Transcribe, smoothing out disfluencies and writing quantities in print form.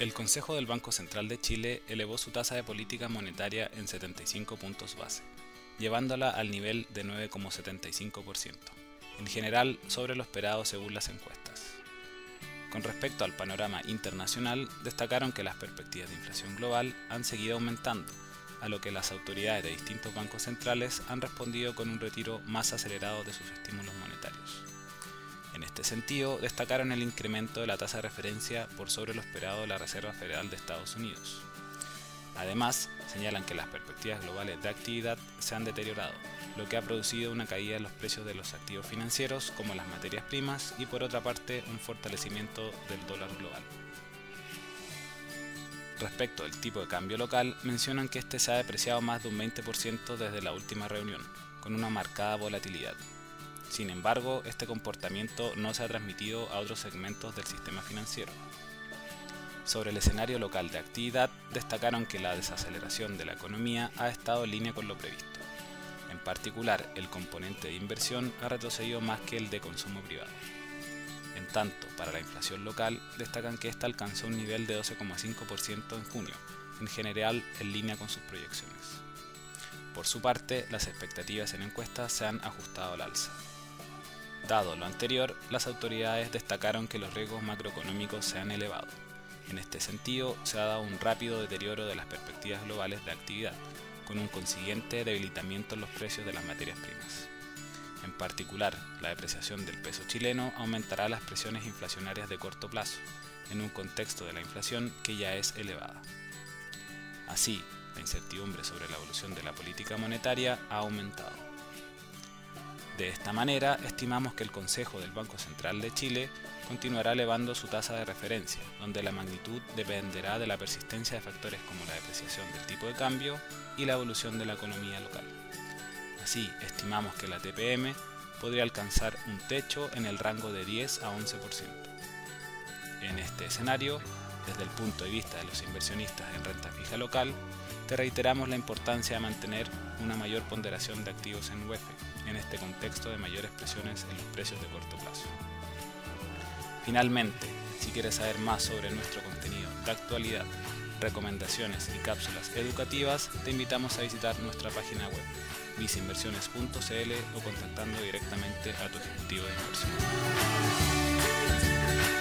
El Consejo del Banco Central de Chile elevó su tasa de política monetaria en 75 puntos base, llevándola al nivel de 9,75%, en general sobre lo esperado según las encuestas. Con respecto al panorama internacional, destacaron que las perspectivas de inflación global han seguido aumentando, a lo que las autoridades de distintos bancos centrales han respondido con un retiro más acelerado de sus estímulos monetarios. En este sentido, destacaron el incremento de la tasa de referencia por sobre lo esperado de la Reserva Federal de Estados Unidos. Además, señalan que las perspectivas globales de actividad se han deteriorado, lo que ha producido una caída en los precios de los activos financieros como las materias primas y por otra parte un fortalecimiento del dólar global. Respecto del tipo de cambio local, mencionan que este se ha depreciado más de un 20% desde la última reunión, con una marcada volatilidad. Sin embargo, este comportamiento no se ha transmitido a otros segmentos del sistema financiero. Sobre el escenario local de actividad, destacaron que la desaceleración de la economía ha estado en línea con lo previsto. En particular, el componente de inversión ha retrocedido más que el de consumo privado. En tanto, para la inflación local, destacan que esta alcanzó un nivel de 12,5% en junio, en general en línea con sus proyecciones. Por su parte, las expectativas en encuestas se han ajustado al alza. Dado lo anterior, las autoridades destacaron que los riesgos macroeconómicos se han elevado. En este sentido, se ha dado un rápido deterioro de las perspectivas globales de actividad, con un consiguiente debilitamiento en los precios de las materias primas. En particular, la depreciación del peso chileno aumentará las presiones inflacionarias de corto plazo, en un contexto de la inflación que ya es elevada. Así, la incertidumbre sobre la evolución de la política monetaria ha aumentado. De esta manera, estimamos que el Consejo del Banco Central de Chile continuará elevando su tasa de referencia, donde la magnitud dependerá de la persistencia de factores como la depreciación del tipo de cambio y la evolución de la economía local. Así, estimamos que la TPM podría alcanzar un techo en el rango de 10 a 11%. En este escenario, desde el punto de vista de los inversionistas en renta fija local, te reiteramos la importancia de mantener una mayor ponderación de activos en UEF, en este contexto de mayores presiones en los precios de corto plazo. Finalmente, si quieres saber más sobre nuestro contenido de actualidad, recomendaciones y cápsulas educativas, te invitamos a visitar nuestra página web viceinversiones.cl o contactando directamente a tu ejecutivo de inversión.